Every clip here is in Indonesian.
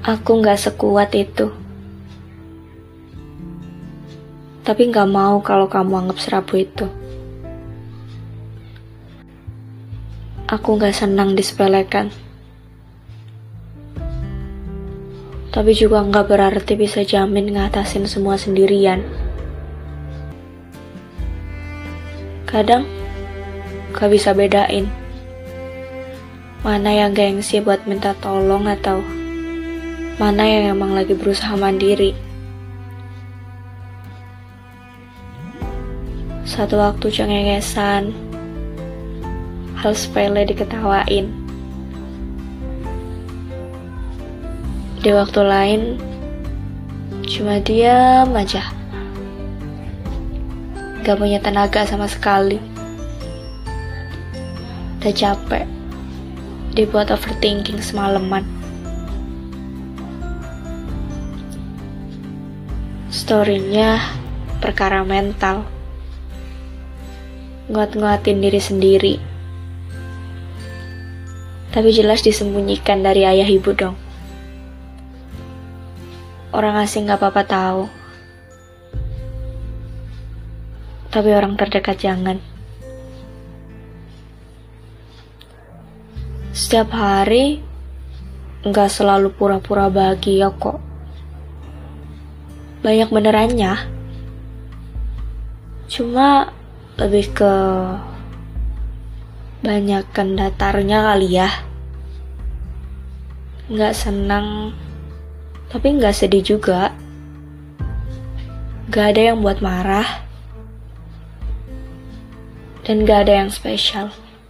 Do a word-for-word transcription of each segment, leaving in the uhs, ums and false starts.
Aku gak sekuat itu. Tapi gak mau kalau kamu anggap serabu itu. Aku gak senang disepelekan. Tapi juga gak berarti bisa jamin ngatasin semua sendirian. Kadang gak bisa bedain mana yang gengsi buat minta tolong atau mana yang emang lagi berusaha mandiri. Satu waktu cengengesan, hal sepele diketawain. Di waktu lain, cuma diam aja. Gak punya tenaga sama sekali. Udah capek dibuat overthinking semalaman. Story-nya perkara mental. Nguat-nguatin diri sendiri. Tapi jelas disembunyikan dari ayah ibu dong. Orang asing gak apa-apa tahu. Tapi orang terdekat jangan. Setiap hari gak selalu pura-pura bahagia kok. Banyak benerannya. Cuma lebih ke banyakkan datarnya kali ya. Gak senang, tapi gak sedih juga. Gak ada yang buat marah. Dan gak ada yang spesial.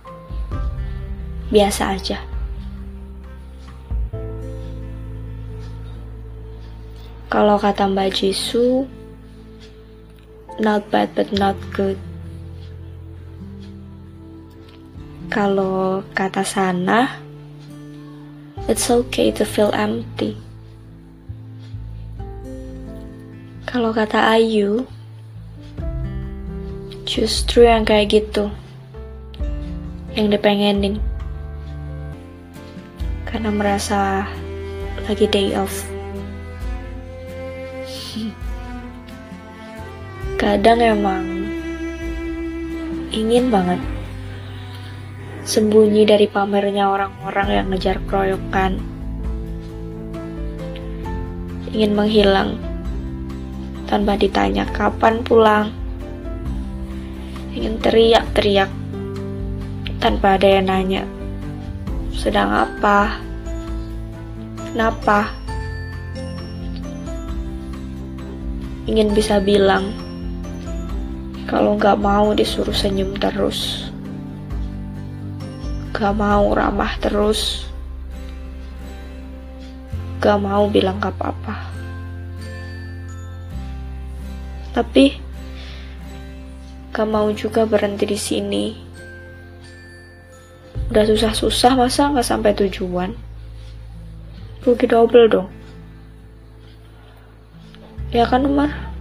Biasa aja. Kalau kata Mbak Jisoo, not bad but not good. Kalau kata Sana, it's okay to feel empty. Kalau kata Ayu, justru yang kayak gitu yang dipengenin karena merasa lagi day off. Kadang emang ingin banget sembunyi dari pamernya orang-orang yang ngejar keroyokan. Ingin menghilang tanpa ditanya kapan pulang. Ingin teriak-teriak tanpa ada yang nanya sedang apa, kenapa. Ingin bisa bilang kalau gak mau disuruh senyum terus, gak mau ramah terus, gak mau bilang gak apa-apa. Tapi gak mau juga berhenti di sini. Udah susah-susah masa gak sampai tujuan? Rugi double dong. Ya kan Umar?